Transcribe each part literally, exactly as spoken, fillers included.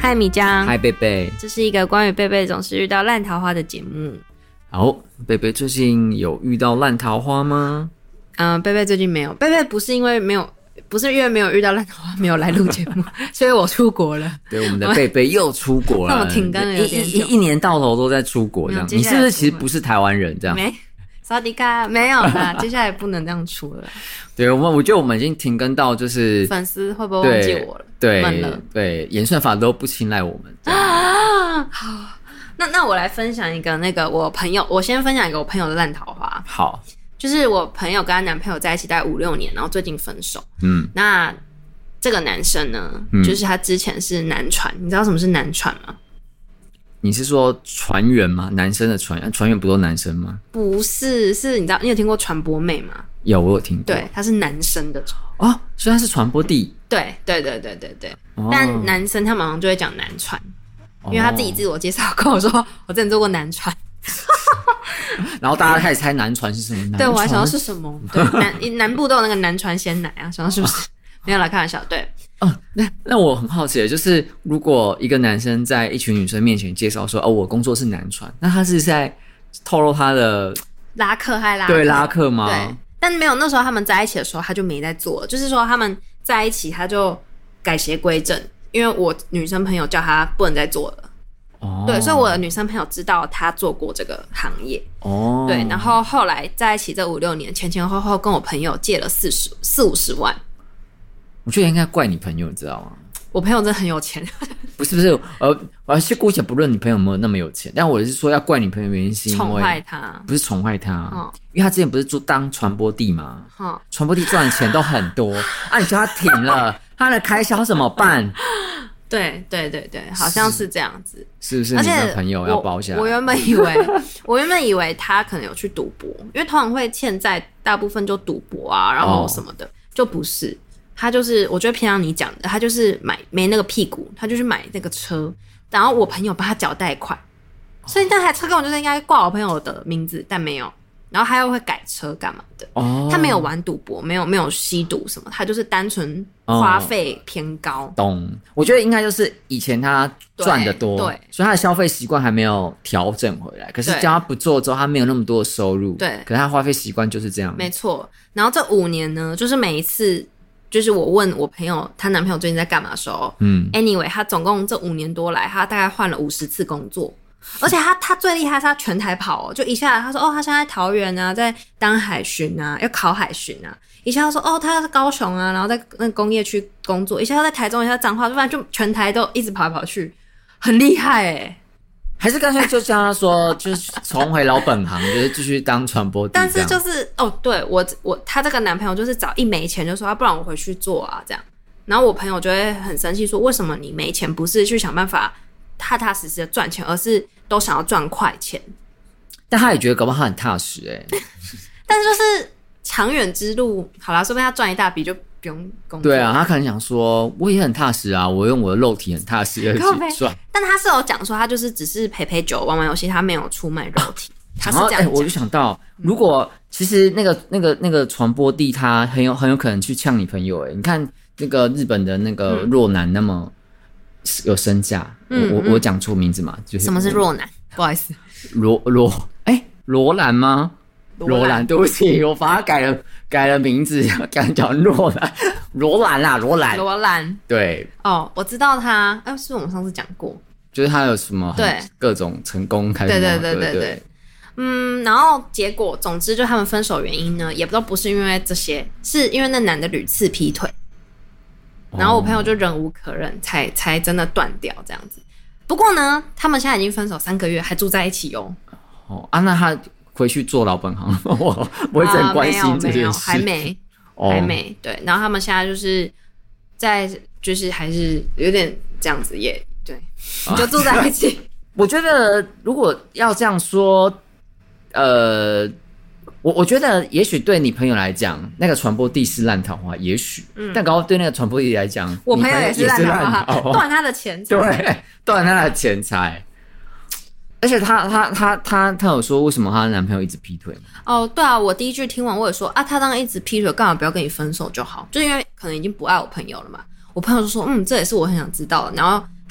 嗨，米江。 嗨，贝贝。 这是一个关于贝贝总是遇到烂桃花的节目。 好，贝贝最近有遇到烂桃花吗？ 嗯、呃，贝贝最近没有。贝贝不是因为没有，不是因为没有遇到烂桃花没有来录节目，所以我出国了。 对，我们的贝贝又出国了。 那我停更了有点久， 一一一年到头都在出国这样。你是不是其实不是台湾人这样？ 没。萨迪卡没有啦，接下来不能这样出了。 对，我们我觉得我们已经停更到就是粉丝会不会忘记我了？ 对对对，演算法都不青睐我们。 啊，好，那那我来分享一个那个我朋友，我先分享一个我朋友的烂桃花。 好， 就是我朋友跟她男朋友在一起大概五六年，然后最近分手。 嗯， 那这个男生呢，嗯、就是他之前是男传，你知道什么是男传吗？ 你是说船员吗？男生的船员，船员不都男生吗？ 不是，是你知道你有听过传播妹吗？有， 我有听过。 对，他是男生的传哦，所以他是传播帝。 对对对对对对、哦，但男生他马上就会讲男传、哦，因为他自己自我介绍跟我说，我之前做过男传。 然后大家开始猜男传是什么？男对，我还想到是什么？对，南南部都有那个男传鲜奶啊，想到是不是？没有啦，开玩笑。对。 哦，那那我很好奇的就是，如果一个男生在一群女生面前介绍说，哦，我工作是男传，那他是在透露他的拉客还拉客？ 对，拉客吗？ 对，但没有，那时候他们在一起的时候，他就没在做了，就是说他们在一起，他就改邪归正，因为我女生朋友叫他不能再做了。哦，对，所以我的女生朋友知道他做过这个行业。哦，对，然后后来在一起这五六年，前前后后跟我朋友借了四十四五十万。 我觉得应该怪你朋友，你知道吗？ 我朋友真的很有钱。不是不是，呃，我先姑且不论你朋友有没有那么有钱，但我是说要怪你朋友原因是因为宠坏他， 不是宠坏他、嗯，因为他之前不是做当传播帝吗？嗯，传播帝赚的钱都很多，啊，你叫他停了，他的开销怎么办？ 对对对对，好像是这样子， 是不是？你的朋友要包下来。 我, 我原本以为，我原本以为他可能有去赌博，因为通常会欠债，大部分就赌博啊，然后什么的，哦、就不是。他就是我觉得偏向你讲的，他就是买没那个屁股，他就去买那个车，然后我朋友帮他缴贷款，所以那台车根本就是应该挂我朋友的名字，但没有，然后他又会改车干嘛的、哦、他没有玩赌博，没有没有吸毒什么，他就是单纯花费偏高、哦、 懂。我觉得应该就是以前他赚得多， 对, 对，所以他的消费习惯还没有调整回来，可是叫他不做之后他没有那么多的收入，对，可是他花费习惯就是这样， 没错。然后这五年呢，就是每一次就是我问我朋友她男朋友最近在干嘛的时候，嗯 ，anyway， 他总共这五年多来，他大概换了五十次工作，而且他他最厉害是他全台跑哦，就一下他说哦，他现在在桃园啊，在当海巡啊，要考海巡啊，一下他说哦，他在高雄啊，然后在那工业区工作，一下他在台中，一下在彰化，反正就全台都一直跑来跑去，很厉害耶。 还是干脆就叫他说，就是重回老本行，就是继续当传播帝。 但是就是哦，对我我他这个男朋友就是找一没钱就说，啊，不然我回去做啊这样。然后我朋友就会很生气说，为什么你没钱不是去想办法踏踏实实的赚钱，而是都想要赚快钱？ 但他也觉得搞不好他很踏实哎、欸。 但是就是长远之路，好啦，说不定他赚一大笔就不用工作。 对啊，他可能想说，我也很踏实啊，我用我的肉体很踏实的去赚。 但他是有讲说，他就是只是陪陪酒、玩玩游戏，他没有出卖肉体。他是这样讲、欸。 我就想到，如果其实那个那个那个传播帝他很有很有可能去呛你朋友哎、欸，你看那个日本的那个若男那么有身价，嗯、我我我讲错名字嘛？就是什么是若男？不好意思， 罗罗哎罗兰吗？罗兰，对不起，我把他改了改了名字，改叫罗兰，罗兰啦，罗兰， 罗兰， 对， 哦，我知道他，哎、啊，是不是我们上次讲过， 就是他有什么对各种成功开始， 对对对对 对, 对, 对，嗯，然后结果，总之就他们分手原因呢，也都不是因为这些，是因为那男的屡次劈腿，然后我朋友就忍无可忍，才才真的断掉这样子。不过呢，他们现在已经分手三个月，还住在一起哦。 哦啊，那他回去做老本行，我我一直很关心这件事， 啊、还没，哦、还没。对，然后他们现在就是在，就是还是有点这样子，也对，就住在一起。 我觉得如果要这样说，呃，我我觉得也许对你朋友来讲，那个传播帝是烂桃花，也许，嗯、但搞不好对那个传播帝来讲， 我朋友也是烂桃花，断他的钱财， 对，断他的钱财。而且她她她她她有说为什么她的男朋友一直劈腿吗？ 哦，对啊，我第一句听完我也说啊，他当然一直劈腿，干嘛不要跟你分手就好？就因为可能已经不爱我朋友了嘛。我朋友就说，嗯，这也是我很想知道的。然后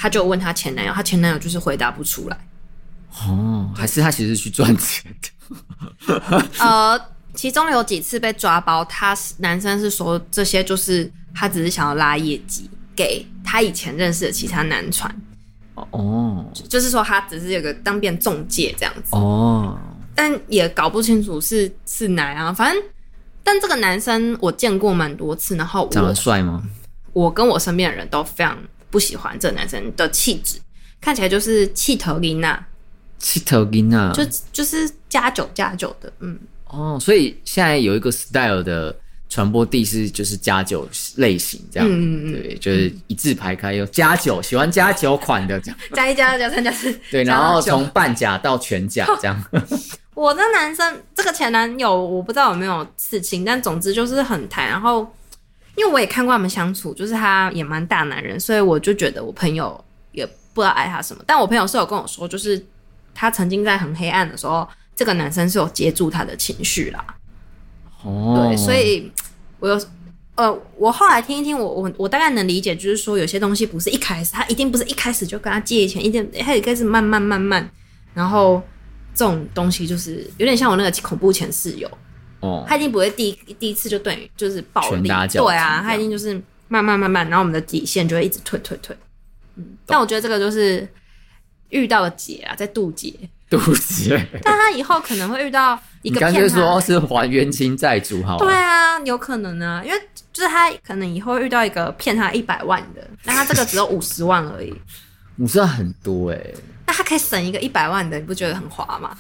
她就问她前男友，她前男友就是回答不出来。 哦，还是他其实是去赚钱的。 呃，其中有几次被抓包，他男生是说这些就是他只是想要拉业绩给他以前认识的其他男团。 哦， 就是说他只是有个当变中介这样子。 哦， 但也搞不清楚是是哪样，反正但这个男生我见过蛮多次，然后我长得帅吗？ 我跟我身边的人都非常不喜欢这个男生的气质，看起来就是气头琳娜。 气头琳娜就就是加酒加酒的，嗯， 哦，所以现在有一个 style 的传播地是就是加酒类型这样，嗯嗯对，就是一字排开，有加酒，喜欢加酒款的这样， 加一加加三加四， 对，然后从半甲到全甲这样。 我的男生这个前男友我不知道有没有刺青，但总之就是很台，然后因为我也看过他们相处，就是他也蛮大男人，所以我就觉得我朋友也不知道爱他什么，但我朋友是有跟我说，就是他曾经在很黑暗的时候，这个男生是有接住他的情绪啦。哦，对，所以我有呃，我后来听一听，我我我大概能理解，就是说有些东西不是一开始，他一定不是一开始就跟他借钱，一定他也开始慢慢慢慢，然后这种东西就是有点像我那个恐怖前室友。哦，他一定不会第一第一次就对就是暴力，对啊，他一定就是慢慢慢慢，然后我们的底线就会一直退退退。嗯，但我觉得这个就是遇到了劫啊，在渡劫， 渡劫。 但他以后可能会遇到一个骗他， 你刚才说是还冤亲债主，好了。 对啊，有可能啊，因为就是他可能以后会遇到一个骗他一百万的，但他这个只有五十万而已。 五十万很多哎、欸， 那他可以省一个一百万的，你不觉得很划吗？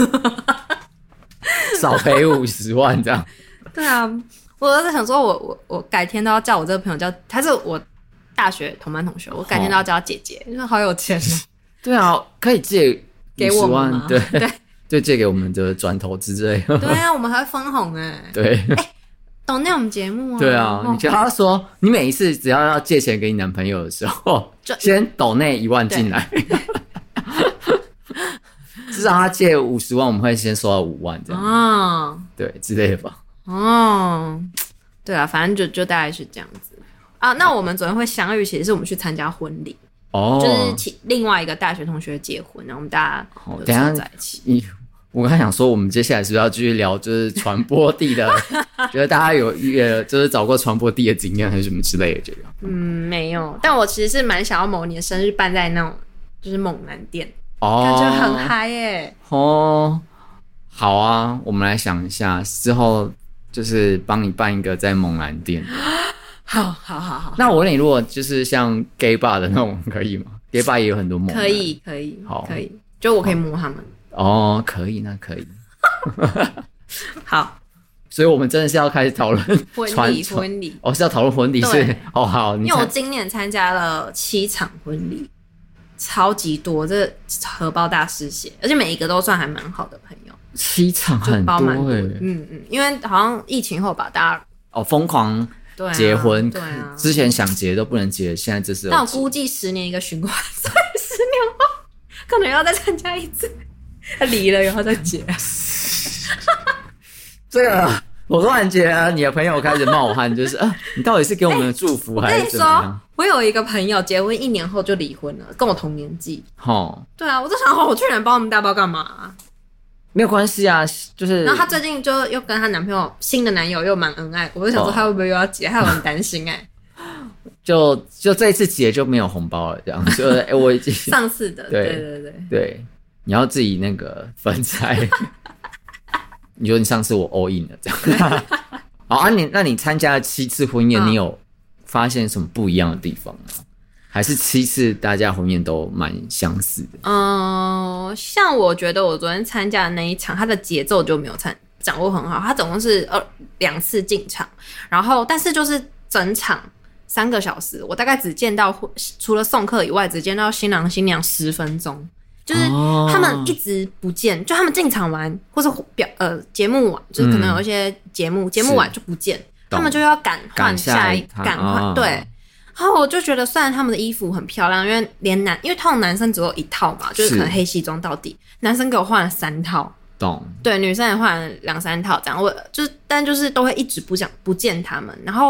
少赔五十万这样。 对啊，我在想说我，我我改天都要叫我这个朋友叫，他是我大学同班同学，我改天都要叫他姐姐，因为好有钱哦。 对啊，可以借给我们吗？ 对对， 就借给我们的转投资之类的。 对啊，我们还会分红哎、欸。 对， 哎、欸，懂那种节目啊？ 对啊，你叫他说，你每一次只要要借钱给你男朋友的时候，先抖内一万进来。至少他借五十万，我们会先收到五万这样，哦，对之类的吧。 哦，对啊，反正就就大概是这样子啊。那我们昨天会相遇，其实是我们去参加婚礼，哦，就是其另外一个大学同学结婚，然后我们大家有凑在一起。 你我刚才想说，我们接下来是不是要继续聊，就是传播地的？觉得大家有呃，就是找过传播地的经验还是什么之类的这个？ 嗯，没有，但我其实是蛮想要某年生日办在那种就是猛男店。哦，感觉很嗨耶！ 哦，好啊，我们来想一下，之后就是帮你办一个在猛男店。 好，好，好，好。 那我问你，如果就是像 gay bar 的那种，可以吗 ？gay bar 也有很多猛男。 可以，可以，好，可以，就我可以摸他们。 哦，可以，那可以。 好， 所以我们真的是要开始讨论婚礼，婚礼。 哦，是要讨论婚礼是？哦，好， 因为我今年参加了七场婚礼。超级多，这荷包大师血，而且每一个都算还蛮好的朋友。 七场很多哎、欸， 嗯嗯，因为好像疫情后吧，大家哦疯狂结婚， 对啊，对啊， 之前想结都不能结，现在这是。 但我估计十年一个循环，所以十年后可能要再参加一次，离了以后再结。 这个我突然觉得你的朋友开始冒汗，就是啊，你到底是给我们的祝福还是怎么样？ 我有一个朋友结婚一年后就离婚了，跟我同年纪。 哦， 对啊，我就想，我去年包那么大包干嘛、啊？ 没有关系啊，就是。 然后她最近就又跟她男朋友新的男友又蛮恩爱，我就想说她会不会又要结，害我很担心哎、欸。 就就这一次结就没有红包了，这样就哎、欸、我已经上次的，对对对 对, 对，你要自己那个分菜。你说你上次我 all in 了这样。好啊，你那你参加了七次婚宴，嗯、你有发现什么不一样的地方吗？还是七次大家婚宴都蛮相似的？嗯、 呃，像我觉得我昨天参加的那一场，它的节奏就没有参掌握很好。它总共是呃两次进场，然后但是就是整场三个小时，我大概只见到除了送客以外，只见到新郎新娘十分钟。就是他们一直不见，哦、就他们进场完或是表呃节目完，就是可能有一些节目节、嗯、目完就不见，他们就要赶换下一赶换、哦、对。然后我就觉得，虽然他们的衣服很漂亮，因为连男因为通常男生只有一套嘛，就是可能黑西装到底，男生给我换了三套， 懂？ 对，女生也换了两三套这样。我就是但就是都会一直不讲不见他们，然后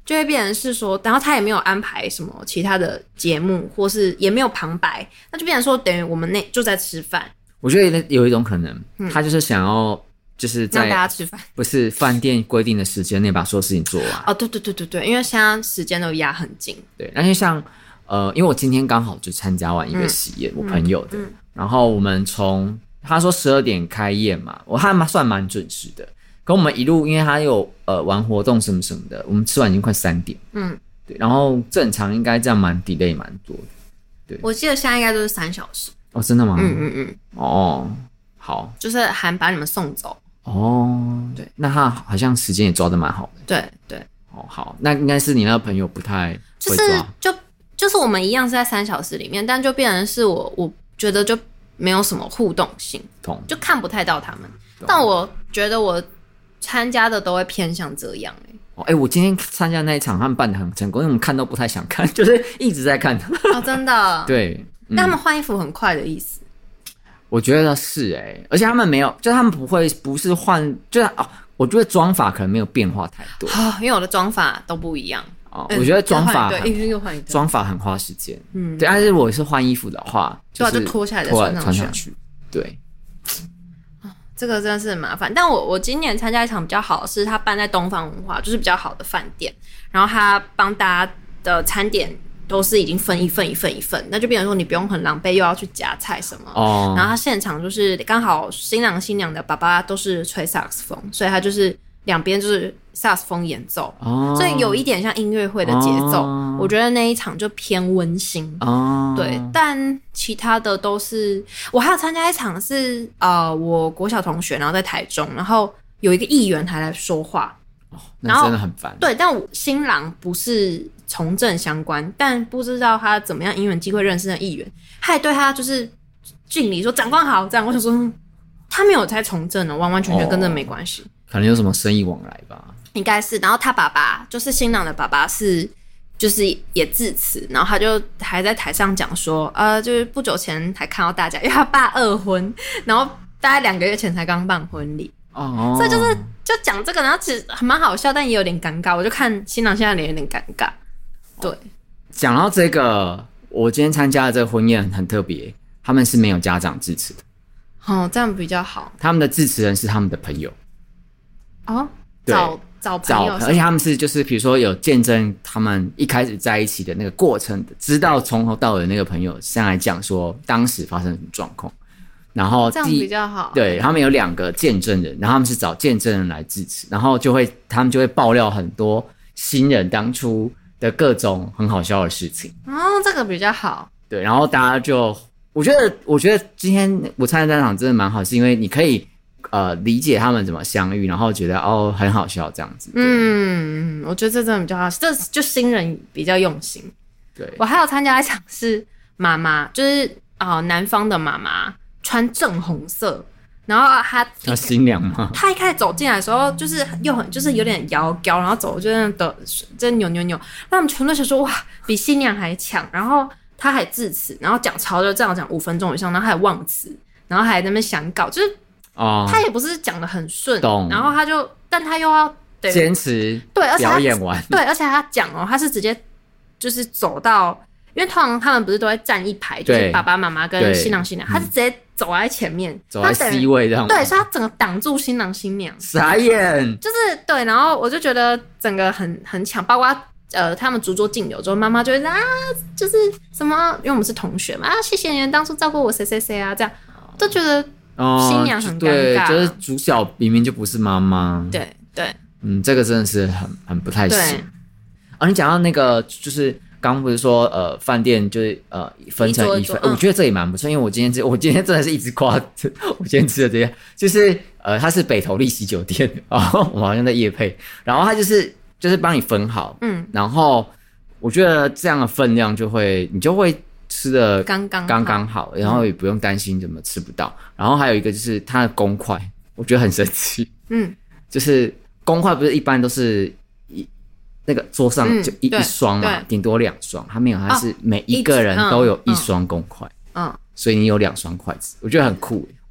就会变成是说，然后他也没有安排什么其他的节目，或是也没有旁白，那就变成说等于我们那就在吃饭。 我觉得有一种可能，嗯、他就是想要就是在让大家吃饭， 不是饭店规定的时间内把所有事情做完。 哦，对对对对对，因为现在时间都压很紧。 对，而且像呃，因为我今天刚好就参加完一个喜宴，嗯、我朋友的，嗯嗯、然后我们从他说十二点开宴嘛，我还蛮算蛮准时的。可我们一路，因为他有呃玩活动什么什么的，我们吃完已经快三点。嗯，对，然后正常应该这样蛮 delay 蛮多的。对， 我记得现在应该都是三小时。 哦，真的吗？ 嗯嗯嗯。 哦，好， 就是还把你们送走。 哦，对，那他好像时间也抓得蛮好的。 对对。 哦，好，那应该是你那个朋友不太会抓。 就是就就是我们一样是在三小时里面，但就变成是我我觉得就没有什么互动性，就看不太到他们。但我觉得我参加的都会偏向这样哎、欸。 哦，哎、欸，我今天参加那一场，他们办得很成功，因为我们看都不太想看，就是一直在看。 哦，真的。 对， 嗯、但他们换衣服很快的意思。 我觉得是哎、欸，而且他们没有，就他们不会，不是换，就是哦，我觉得妆法可能没有变化太多。 哦，因为我的妆法都不一样。 哦，我觉得妆法对，一又换一个， 妆法很花时间。嗯，对，但是如果是换衣服的话，就是对啊，就脱下来再脱穿穿上去。对。 这个真的是很麻烦，但我我今年参加一场比较好的是，他办在东方文化，就是比较好的饭店，然后他帮大家的餐点都是已经分一份一份一份，那就变成说你不用很狼狈又要去夹菜什么。哦。然后他现场就是刚好新郎新娘的爸爸都是吹萨克斯风，所以他就是两边就是萨克斯风演奏，哦，所以有一点像音乐会的节奏。哦，我觉得那一场就偏温馨。哦，对，但其他的都是我还有参加一场是呃，我国小同学，然后在台中，然后有一个议员还来说话。 哦，那真的很烦。 对，但我新郎不是从政相关，但不知道他怎么样因缘机会认识的议员，他还对他就是敬礼说长官好这样。我想说他没有在从政哦，完完全全跟这没关系。哦， 可能有什么生意往来吧。 应该是，然后他爸爸就是新郎的爸爸是，就是也致辞，然后他就还在台上讲说，呃，就是不久前才看到大家，因为他爸二婚，然后大概两个月前才刚办婚礼，哦，所以就是就讲这个，然后其实蛮好笑，但也有点尴尬，我就看新郎现在脸有点尴尬。对， 讲到这个，我今天参加的这个婚宴很特别，他们是没有家长致辞的， 哦，这样比较好。 他们的致辞人是他们的朋友， 哦，找。找朋友， 而且他们是就是比如说有见证他们一开始在一起的那个过程的，知道从头到尾的那个朋友上来讲说当时发生什么状况，然后这样比较好。 对，他们有两个见证人，然后他们是找见证人来致辞，然后就会他们就会爆料很多新人当初的各种很好笑的事情。 哦，这个比较好。 对，然后大家就我觉得我觉得今天我参加那场真的蛮好，是因为你可以呃，理解他们怎么相遇，然后觉得哦很好笑这样子。嗯， 我觉得这真的比较好，这就新人比较用心。 对， 我还有参加一场是妈妈，就是啊、呃、男方的妈妈穿正红色，然后她她新娘吗？ 她一开始走进来的时候，就是又很就是有点摇高，然后走就那的就扭扭扭，让我们全都想说哇比新娘还强，然后她还致辞，然后讲超就这样讲五分钟以上，然后还忘词，然后还在那边想稿，就是。哦，他也不是讲得很顺，然后他就，但他又要坚持对，而且表演完， 对，而且他讲哦，他是直接就是走到，因为通常他们不是都会站一排，就是爸爸妈妈跟新郎新娘，他是直接走在前面， 走在 C 位这样， 对，所以他整个挡住新郎新娘， 傻眼， 就是对，然后我就觉得整个很很抢，包括呃他们逐桌敬酒之后，妈妈就会啊，就是什么，因为我们是同学嘛，啊，谢谢你们当初照顾我谁谁谁啊，这样都觉得。哦，新娘很尴尬， 对，就是主角明明就不是妈妈， 对对， 嗯，这个真的是很很不太行。啊，你讲到那个，就是刚刚不是说呃，饭店就是呃分成一份，我觉得这也蛮不错，因为我今天吃，我今天真的是一直夸，我今天吃的这些，就是呃，它是北投利禧酒店，然后我好像在业配，然后它就是就是帮你分好，嗯，然后我觉得这样的分量就会，你就会。吃的刚刚刚刚好，然后也不用担心怎么吃不到。嗯、然后还有一个就是它的公筷，我觉得很神奇。嗯，就是公筷不是一般都是一那个桌上就一、嗯、一双嘛，顶多两双，它没有，它是每一个人都有一双公筷。嗯，所以你有两双筷子，我觉得很酷。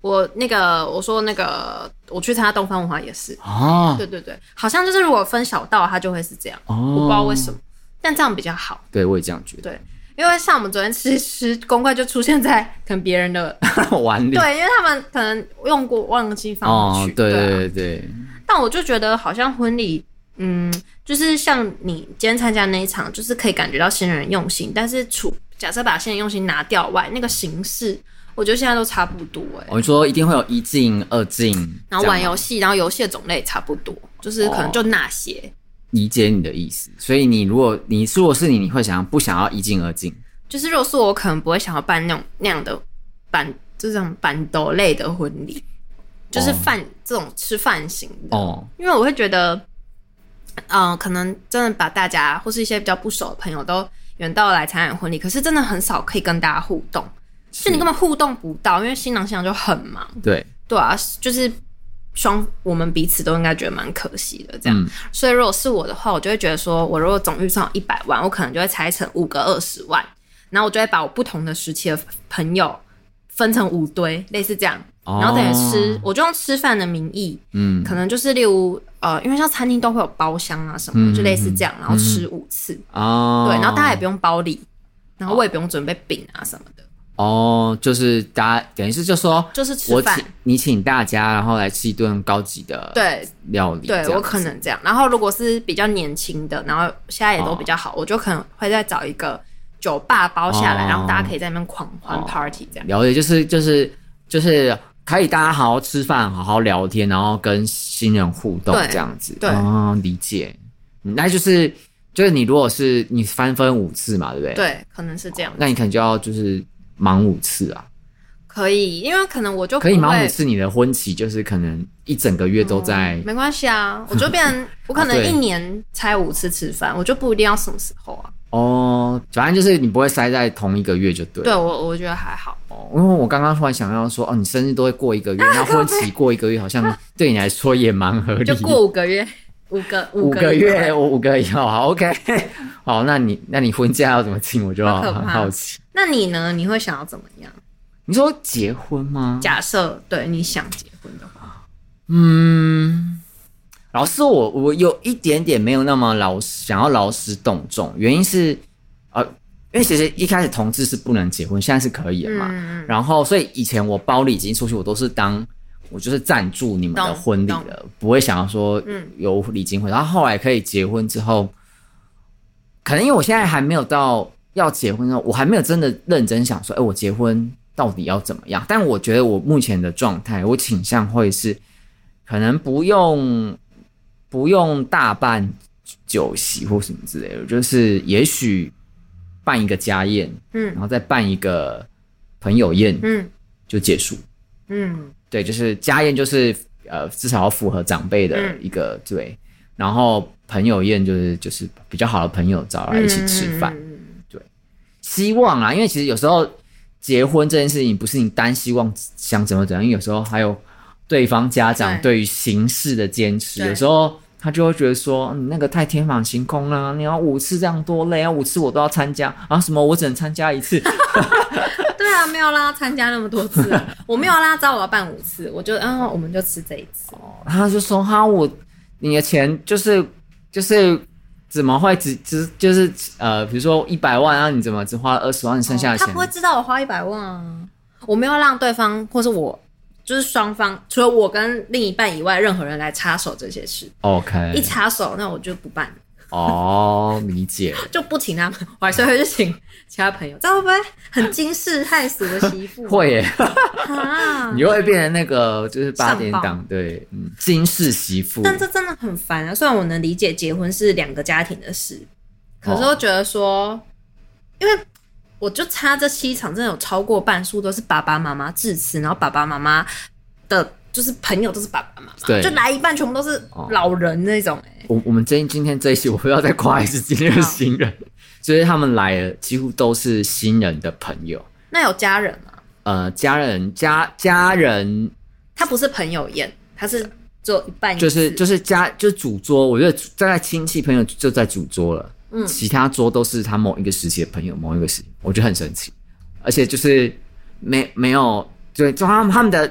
我那个我说那个我去参加东方文化也是哦， 对对对，好像就是如果分小道，它就会是这样，哦，我不知道为什么，但这样比较好。 对，我也这样觉得。 对，因为像我们昨天吃一吃，公筷就出现在可能别人的碗里， 对，因为他们可能用过忘记放进去。 哦，对对对对,、啊、 对。 但我就觉得好像婚礼，嗯，就是像你今天参加那一场，就是可以感觉到新人用心，但是除假设把新人用心拿掉外，那个形式。我觉得现在都差不多哎、欸。 我说一定会有一进、二进， 然后玩游戏，然后游戏的种类差不多，就是可能就那些。哦、 理解你的意思，所以你如果你如果是你，你会想要不想要一进二进？ 就是如果是我，可能不会想要办那种那样的板，这种板斗类的婚礼，就是饭、哦、这种吃饭型的。哦，因为我会觉得，嗯、呃，可能真的把大家或是一些比较不熟的朋友都远道来参加婚礼，可是真的很少可以跟大家互动。就你根本互动不到，因为新郎新娘就很忙。 对对啊，就是双我们彼此都应该觉得蛮可惜的这样、嗯。所以如果是我的话，我就会觉得说，我如果总预算有一百万，我可能就会拆成五个二十万，然后我就会把我不同的时期的朋友分成五堆，类似这样。然后等于吃，我就用吃饭的名义，嗯，可能就是例如呃，因为像餐厅都会有包厢啊什么的、嗯，就类似这样，然后吃五次。哦、嗯，对，然后大家也不用包礼，然后我也不用准备饼啊什么的。 哦，就是大家等于是就说， 就是吃饭， 你请大家，然后来吃一顿高级的对料理。 对，我可能这样。然后如果是比较年轻的，然后现在也都比较好，哦、我就可能会再找一个酒吧包下来，哦、然后大家可以在那边狂欢 party 这样。 了解，就是就是就是可以大家好好吃饭，好好聊天，然后跟新人互动这样子。 对， 哦，理解。那就是就是你如果是你翻分五次嘛，对不对？ 对，可能是这样、哦。 那你可能就要就是。忙五次啊， 可以，因为可能我就可以忙五次。你的婚期就是可能一整个月都在， 嗯、没关系啊，我就变成我可能一年才五次吃饭，我就不一定要什么时候啊。 哦，反正就是你不会塞在同一个月就对了。 对我，我觉得还好。 哦，因为我刚刚突然想到说，哦，你生日都会过一个月，那、啊、婚期过一个月，好像对你来说也蛮合理的。 就过五个月，五个五个月，我五个月好 ，OK。好，那你那你婚假要怎么请？我就很好奇。 那你呢？你会想要怎么样？ 你说结婚吗？ 假设对你想结婚的话， 嗯，老实说我我有一点点没有那么劳想要劳师动众，原因是呃，因为其实一开始同志是不能结婚，现在是可以的嘛。嗯、然后所以以前我包礼金出去，我都是当我就是赞助你们的婚礼的，不会想要说有礼金会。然后后来可以结婚之后，可能因为我现在还没有到。要结婚的，我还没有真的认真想说，哎、欸，我结婚到底要怎么样？但我觉得我目前的状态，我倾向会是，可能不用不用大办酒席或什么之类的，就是也许办一个家宴，嗯，然后再办一个朋友宴，嗯，就结束，嗯，对，就是家宴就是呃至少要符合长辈的一个、嗯、对，然后朋友宴就是就是比较好的朋友找来一起吃饭。嗯嗯希望啊，因为其实有时候结婚这件事情不是你单希望想怎么怎样，因为有时候还有对方家长对于形式的坚持，有时候他就会觉得说你那个太天马行空了，你要五次这样多累啊，五次我都要参加啊，什么我只能参加一次。 对啊，没有让他参加那么多次、啊，我没有让他知道我要办五次，我就嗯，我们就吃这一次。哦、 他就说哈，我你的钱就是就是。怎么会只只就是呃，比如说一百万啊，你怎么只花了二十万剩下的钱、哦？ 他不会知道我花一百万啊！我没有让对方或是我，就是双方，除了我跟另一半以外，任何人来插手这些事。 OK， 一插手，那我就不办了。 哦，理解， 就不请他们，我还是会去请其他朋友，这样会不会很惊世骇俗的媳妇、啊？ 会耶，啊、你就会变成那个就是八点档，对，嗯，惊世媳妇。 但这真的很烦啊！虽然我能理解结婚是两个家庭的事，可是我觉得说，哦、因为我就差这七场，真的有超过半数都是爸爸妈妈致辞，然后爸爸妈妈的。就是朋友都是爸爸妈妈，就来一半全部都是老人那种、欸哦、我我们今今天这一期我不要再夸一次今天的新人，就是他们来了几乎都是新人的朋友。 那有家人吗？ 呃，家人家家人， 他不是朋友宴，他是只有一半一， 就是就是家就是主桌，我觉得大概亲戚朋友就在主桌了，嗯，其他桌都是他某一个时期的朋友，某一个时期，我觉得很神奇，而且就是没没有对，就他们他们的。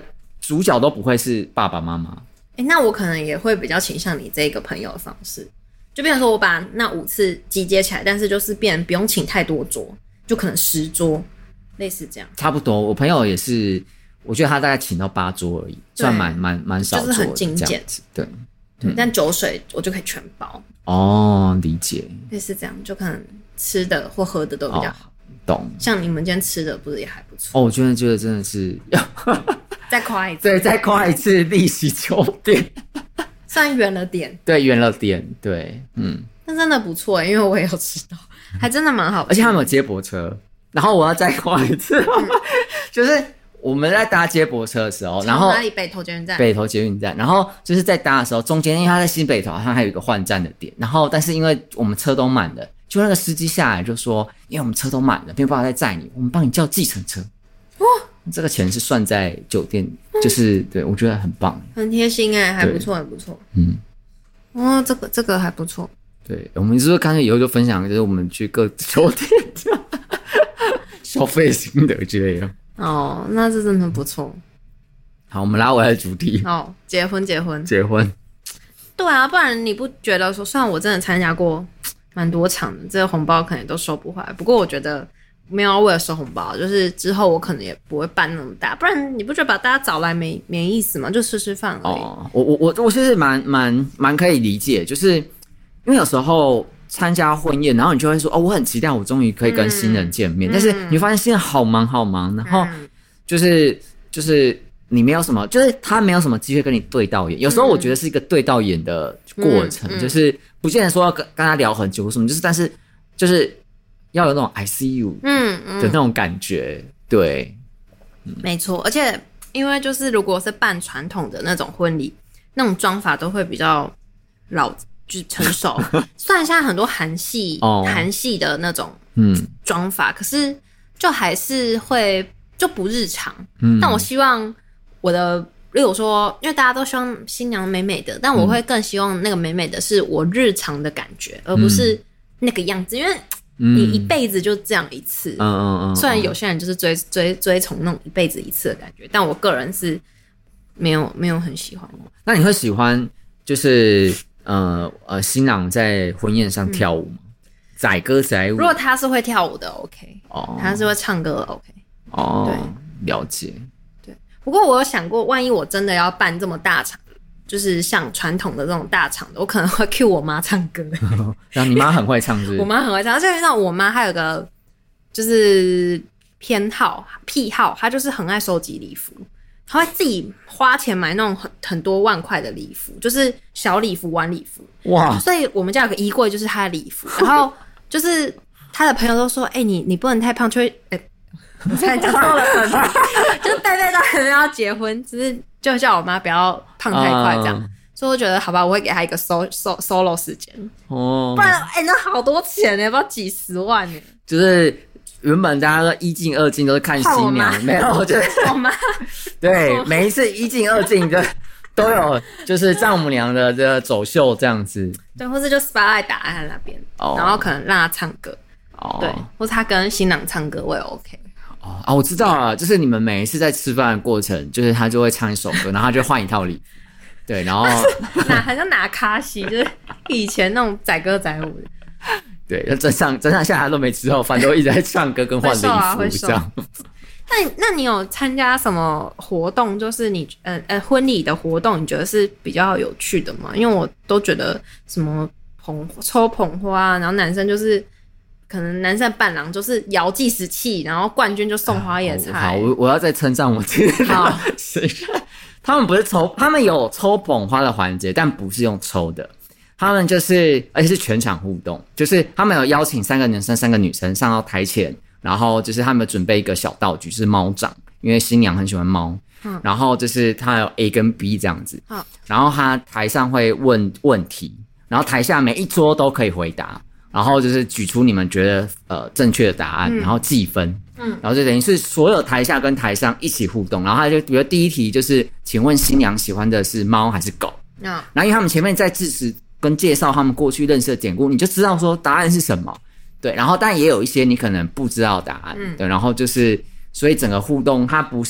主角都不会是爸爸妈妈。 哎，那我可能也会比较倾向你这个朋友的方式，就变成说我把那五次集结起来，但是就是变成不用请太多桌，就可能十桌，类似这样。 差不多，我朋友也是，我觉得他大概请到八桌而已，算蛮蛮蛮少桌的， 就是很精简。 对， 对、嗯，但酒水我就可以全包。 哦，理解。 类似这样，就可能吃的或喝的都比较好。 哦、懂。 像你们今天吃的不是也还不错？ 哦，我真的觉得真的是要再夸一次， 对，再夸一次利息酒店， 虽然远了点， 对，远了点，对，嗯， 但真的不错，因为我也有吃到，还真的蛮好吃， 而且他们有接驳车。然后我要再夸一次，嗯、就是我们在搭接驳车的时候，然后哪里？北投捷运站， 北投捷运站。然后就是在搭的时候，中间因为他在新北投，他还有一个换站的点。然后但是因为我们车都满了，就那个司机下来就说，因为我们车都满了，没有办法再载你，我们帮你叫计程车。哇，这个钱是算在酒店，就是对我觉得很棒， 很贴心哎、欸，还不错，很不错。嗯，哦，这个这个还不错。 对，我们是不是干脆以后就分享，就是我们去各酒店消费心得之类的。 哦，那这真的不错。 好，我们拉回来主题。 哦，结婚，结婚， 结婚。 对啊，不然你不觉得说，虽然我真的参加过蛮多场的，这个红包可能都收不回来。不过我觉得没有要为了收红包，就是之后我可能也不会办那么大，不然你不觉得把大家找来没没意思吗？就吃吃饭而已。 哦，我我我我其实蛮蛮蛮可以理解，就是因为有时候参加婚宴，然后你就会说哦，我很期待我终于可以跟新人见面，嗯、但是你发现新人好忙好忙，然后就是、嗯、就是你没有什么，就是他没有什么机会跟你对到眼。有时候我觉得是一个对到眼的过程，嗯嗯、就是不见得说要跟跟他聊很久什么，就是但是就是要有那种 I see you 的那种感觉，嗯嗯、对， 嗯，没错。而且因为就是如果是办传统的那种婚礼，那种妆法都会比较老。就是成熟，虽然现在很多韩系韩、oh. 系的那种妆法，嗯，可是就还是会就不日常。嗯，但我希望我的，例如说，因为大家都希望新娘美美的，但我会更希望那个美美的是我日常的感觉，嗯，而不是那个样子，因为你一辈子就这样一次。嗯嗯嗯。虽然有些人就是追追追从那种一辈子一次的感觉，但我个人是没有没有很喜欢。 那你会喜欢就是？呃呃，新郎在婚宴上跳舞吗？嗯、载歌载舞。 如果他是会跳舞的 ，OK，哦，他是会唱歌的 ，OK， 哦，对，了解。 对，不过我有想过，万一我真的要办这么大场，就是像传统的这种大场的，我可能会 cue 我妈唱歌。 然后你妈很会唱是不是？ 我妈很会唱，而且让我妈还有个就是偏好癖好，她就是很爱收集礼服。他会自己花钱买那种很很多万块的礼服，就是小礼服、晚礼服。哇！所以我们家有个衣柜，就是他的礼服。然后就是他的朋友都说：“哎、欸，你你不能太胖，就会哎，我才讲错了，就是代表他可能要结婚，只是就叫我妈不要胖太快这样。Uh, 所以我觉得好吧，我会给他一个 solo solo 时间哦，不然哎、欸，那好多钱呢，不知道几十万呢， 就是。原本大家都一进二进都是看新娘，没有，就是我妈对每一次一进二进就都有，就是丈母娘的这个走秀这样子， 对，或是就 spotlight 打在他那边，哦，然后可能让他唱歌，哦，对，或是他跟新郎唱歌，我也 OK。 哦啊，我知道了，就是你们每一次在吃饭的过程，就是他就会唱一首歌，然后他就换一套礼服，对，然后拿好像拿卡西，就是以前那种载歌载舞的。 对，真上真上下来都没吃后饭，都一直在唱歌跟换礼服、啊、这样。 那那你有参加什么活动？就是你呃呃婚礼的活动，你觉得是比较有趣的吗？因为我都觉得什么捧抽捧花，然后男生就是可能男生伴郎就是摇计时器，然后冠军就送花野菜。 好，我我要再称赞我自己。好，他们不是抽，他们有抽捧花的环节，但不是用抽的。他们就是，而且是全场互动，就是他们有邀请三个男生、三个女生上到台前，然后就是他们准备一个小道具，是猫掌，因为新娘很喜欢猫。嗯，然后就是他有 A 跟 B 这样子。嗯，然后他台上会问问题，然后台下每一桌都可以回答，然后就是举出你们觉得呃正确的答案，嗯，然后计分。嗯，然后就等于是所有台下跟台上一起互动，然后他就比如第一题就是，请问新娘喜欢的是猫还是狗？嗯，然后因为他们前面在致辞跟介绍他们过去认识的典故，你就知道说答案是什么，对，然后但也有一些你可能不知道答案，嗯，对，然后就是所以整个互动它不是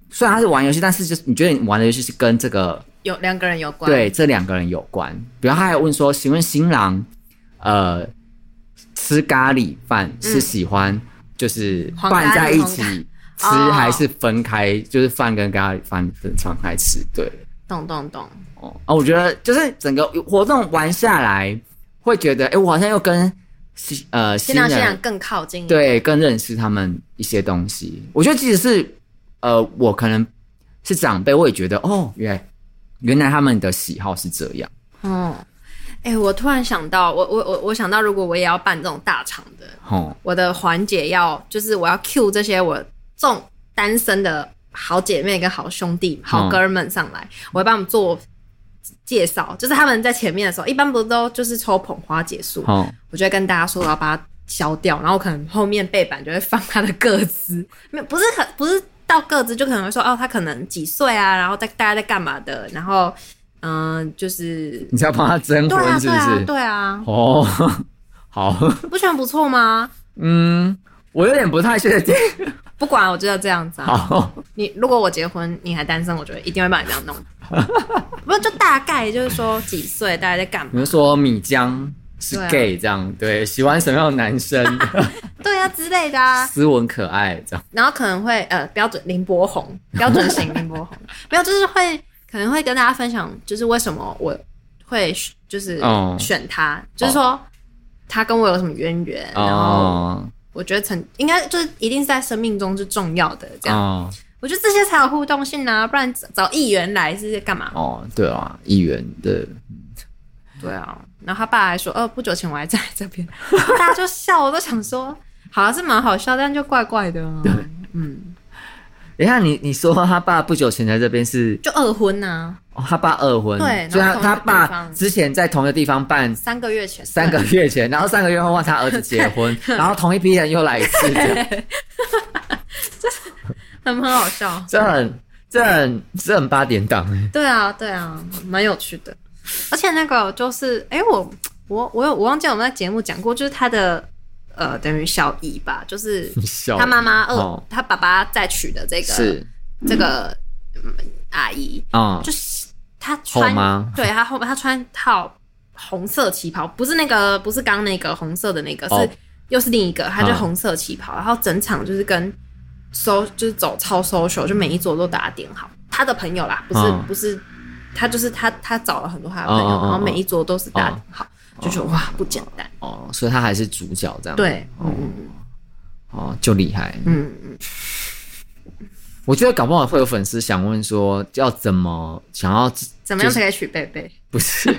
虽然他是玩游戏，但是就是你觉得你玩的游戏是跟这个有两个人有关， 对，这两个人有关。比如他还有问说，请问新郎，呃，吃咖喱饭是喜欢就是拌在一起吃，还是分开，就是饭跟咖喱饭分开吃？对， 懂懂懂。 哦，啊，我觉得就是整个活动玩下来，会觉得，哎、欸，我好像又跟呃新郎新娘更靠近， 对，更认识他们一些东西。我觉得即使是呃，我可能是长辈，我也觉得，哦，原来原来他们的喜好是这样。 哦，哎、欸，我突然想到，我我我我想到，如果我也要办这种大场的，哦，我的环节要就是我要 cue 这些我这种单身的好姐妹跟好兄弟、好哥们上来，哦、我会帮他们做介绍。就是他们在前面的时候，一般不是都就是抽捧花结束，哦、我就会跟大家说我要把它消掉，然后可能后面背板就会放他的个资，没有不是很不是到个资，就可能会说哦，他可能几岁啊，然后在大家在干嘛的，然后。嗯，就是你是要帮他征婚，是不是？对啊， 对啊，对啊。 哦，好， 不觉得不错吗？ 嗯，我有点不太确定。 不管，我就要这样子啊。 好， 你如果我结婚，你还单身，我觉得一定会帮你这样弄。不，就大概就是说几岁，大概在干嘛？ 比如说米江是 gay 这样，对，喜欢什么样的男生？ 对啊，之类的啊， 斯文可爱这样。 然后可能会呃标准林柏宏，标准型林柏宏，没有，就是会。可能会跟大家分享，就是为什么我会就是选他，哦、就是说他跟我有什么渊源，哦、然后我觉得曾应该就是一定是在生命中是重要的这样。哦、我觉得这些才有互动性啊，不然找议员来是干嘛？ 哦，对啊，议员的， 对啊。然后他爸还说，呃，不久前我还在这边，大家就笑，我都想说，好像是蛮好笑，但就怪怪的、啊。 对， 嗯。 等一下，你你说他爸不久前在这边是就二婚啊？ 哦，他爸二婚， 对， 所以他他爸之前在同一个地方办三个月前， 三个月前，然后三个月后他儿子结婚，然后同一批人又来一次，这样， 这很很好笑， 这很这很这很八点档哎， 对啊对啊，蛮有趣的，而且那个就是哎、欸、我我我有我忘记我们在节目讲过，就是他的。呃，等于小姨吧，就是他妈妈二，哦、他爸爸再娶的这个是这个、嗯、阿姨啊，嗯、就是他穿，对他后面他穿套红色旗袍，不是那个不是刚那个红色的那个，哦、是又是另一个，他就红色旗袍，嗯、然后整场就是跟收就是走超 social， 就每一桌都打点好，他的朋友啦，不是、嗯、不是他就是他他找了很多他的朋友，哦、然后每一桌都是打点好。哦就觉得哇不简单哦，所以他还是主角这样。 对， 哦，哦就厉害。 嗯嗯， 我觉得搞不好会有粉丝想问说，要怎么想要怎么样才可以娶贝贝？ 不是，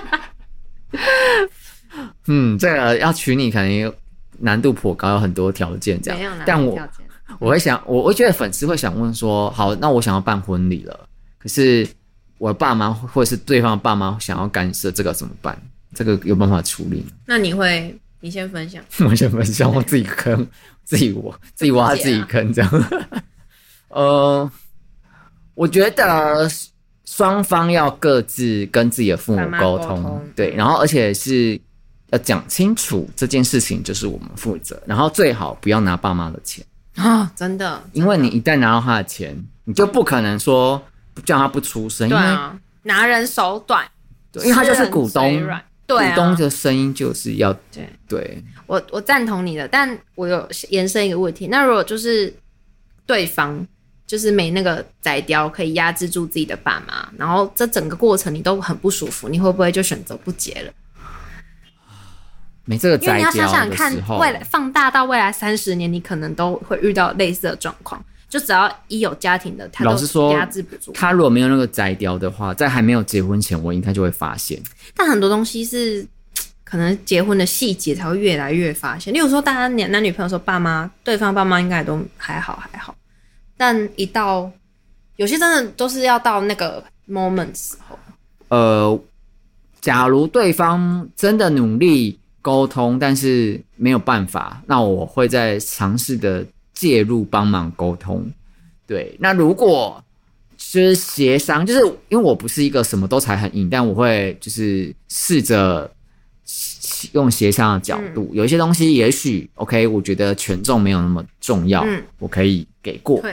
嗯，这个要娶你可能难度颇高，有很多条件这样。 没有难度但我我会想，我我觉得粉丝会想问说，好，那我想要办婚礼了，可是我的爸妈或者是对方的爸妈想要干涉，这个怎么办？这个有办法处理吗？ 那你会，你先分享。 我先分享，我自己坑，自己我自己挖自己坑这样。呃，我觉得双方要各自跟自己的父母沟通，通对，然后而且是要讲清楚这件事情就是我们负责，然后最好不要拿爸妈的钱啊、哦，真的， 因为你一旦拿到他的钱，你就不可能说叫他不出声， 对啊，拿人手短， 对，因为他就是股东。 对啊、 股东的声音就是要对对， 我我赞同你的，但我有延伸一个问题，那如果就是对方就是没那个宰雕可以压制住自己的爸妈，然后这整个过程你都很不舒服，你会不会就选择不结了？ 没这个宰雕的时候，因为你要想想看未来放大到未来三十年，你可能都会遇到类似的状况。就只要一有家庭的，他都压制不住。 他如果没有那个宰雕的话，在还没有结婚前，我应该就会发现。 但很多东西是可能结婚的细节才会越来越发现。例如说，大家男女朋友说爸妈，对方爸妈应该也都还好还好，但一到有些真的都是要到那个 moment 时候。 呃，假如对方真的努力沟通，但是没有办法，那我会再尝试的。介入帮忙沟通，对。那如果就是协商，就是因为我不是一个什么都才很硬，但我会就是试着用协商的角度，嗯、有一些东西也许 OK， 我觉得权重没有那么重要，嗯、我可以给过。 对。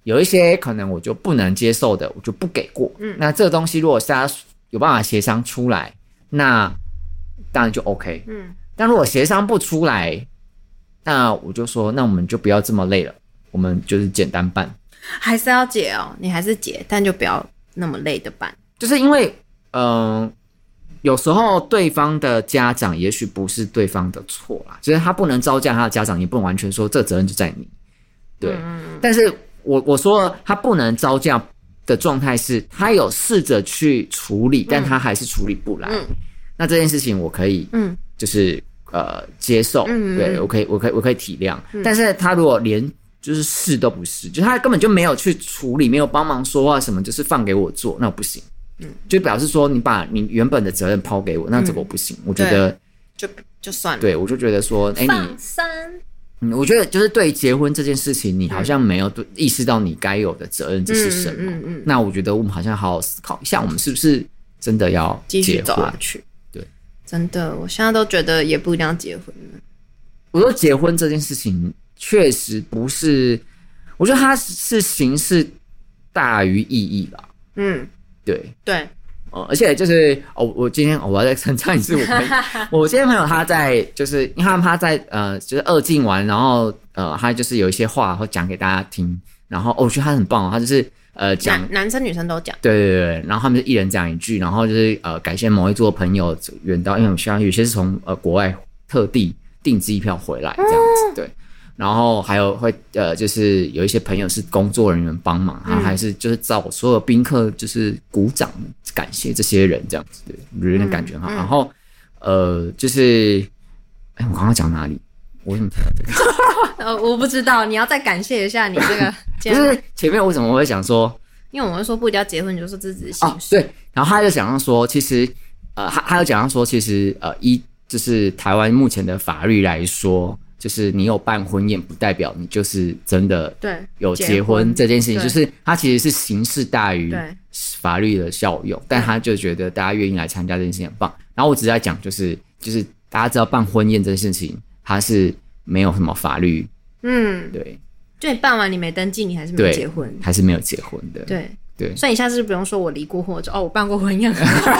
有一些可能我就不能接受的，我就不给过。嗯，那这个东西如果大家有办法协商出来，那当然就 OK。嗯，但如果协商不出来，那我就说，那我们就不要这么累了，我们就是简单办。 还是要结哦，你还是结，但就不要那么累的办。 就是因为，嗯、呃，有时候对方的家长也许不是对方的错啦，就是他不能招架他的家长，也不能完全说这责任就在你。对，嗯、但是我我说了他不能招架的状态是，他有试着去处理，但他还是处理不来。嗯、那这件事情我可以，嗯，就是呃接受，嗯、对我可以，我可以，我可以体谅。嗯、但是他如果连就是试都不是，就他根本就没有去处理，没有帮忙说话什么，就是放给我做，那我不行。嗯，就表示说你把你原本的责任抛给我，那这个我不行。嗯、我觉得就就算了。 对，我就觉得说，哎、欸，你放生。 嗯，我觉得就是对结婚这件事情，你好像没有意识到你该有的责任这是什么。嗯嗯嗯、那我觉得我们好像好好思考一下，我们是不是真的要继续走下去？ 对， 真的，我现在都觉得也不一定要结婚了。 我说结婚这件事情确实不是，我觉得它是形式大于意义啦。嗯，对对。 呃，而且就是哦，我今天、哦、我要再称赞一次我朋友，我今天朋友他在就是因为他他在呃就是二进完，然后呃他就是有一些话会讲给大家听，然后、哦、我觉得他很棒、哦，他就是呃讲男男生女生都讲， 对对对，然后他们就一人讲一句，然后就是呃感谢某一桌朋友远到，因为我希望有些是从呃国外特地订机票回来这样子，嗯、对。然后还有会呃，就是有一些朋友是工作人员帮忙，然后还是就是找我所有宾客就是鼓掌感谢这些人这样子，对，我觉得感觉很好。嗯、然后呃，就是哎，我刚刚讲哪里？我为什么提到这个？ 呃，我不知道，你要再感谢一下你这个。 不是前面为什么我会想说？ 因为我们说不一定要结婚，你就说这只是形式。 哦，对，然后他就讲到说，其实呃，他他就讲到说，其实呃，依就是台湾目前的法律来说。就是你有办婚宴，不代表你就是真的有结婚这件事情，就是它其实是形式大于法律的效用，但他就觉得大家愿意来参加这件事情很棒。然后我只是在讲，就是就是大家知道办婚宴这件事情，它是没有什么法律，嗯，对， 就你办完你没登记，你还是没有结婚， 还是没有结婚的， 对对， 所以你下次就不用说我离过婚，就哦我办过婚宴，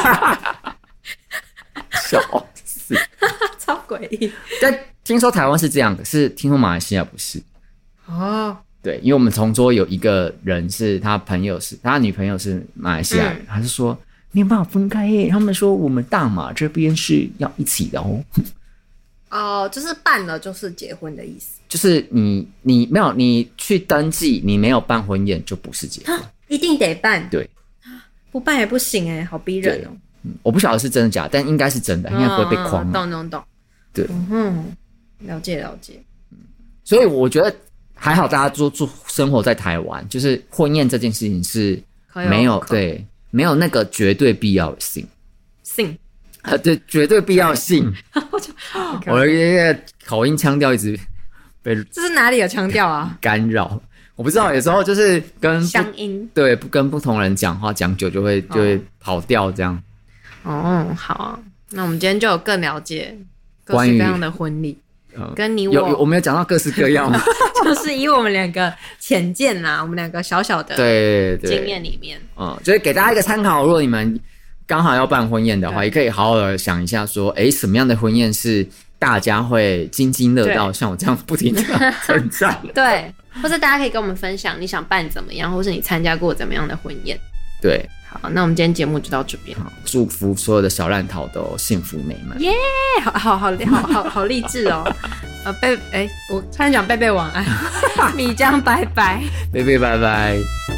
笑死， 超诡异， 但。听说台湾是这样的，是听说马来西亚不是哦。对，因为我们同桌有一个人是他朋友是他女朋友是马来西亚人，嗯、他是说没有办法分开耶。他们说我们大马这边是要一起的哦。 哦，就是办了就是结婚的意思。 就是你你没有你去登记，你没有办婚宴就不是结婚， 一定得办。 对， 不办也不行哎，好逼人哦。 嗯，我不晓得是真的假的，但应该是真的，应该不会被框。 懂懂懂。 对， 嗯。了解了解， 所以我觉得还好，大家做做生活在台湾，就是婚宴这件事情是没有对没有那个绝对必要性， 性啊对绝对必要性。我的一个口音腔调一直被这是哪里有腔调啊？ 干扰，我不知道，有时候就是跟乡音对不跟不同人讲话讲久就会就会跑调这样。 哦，好啊，那我们今天就有更了解各式各样的婚礼。跟你我有有我们有讲到各式各样吗？ 就是以我们两个浅见啦，我们两个小小的对经验里面， 嗯，就是给大家一个参考。如果你们刚好要办婚宴的话，也可以好好的想一下，说，哎，什么样的婚宴是大家会津津乐道，像我这样不停的称赞。 对，或者大家可以跟我们分享你想办怎么样，或是你参加过怎么样的婚宴。 对。 好，那我们今天节目就到这边。 好，祝福所有的小烂桃都幸福美满。 耶、yeah! 好好好好好好励志哦。呃，贝，哎，我差点讲贝贝晚安，米江拜拜， 贝贝拜拜。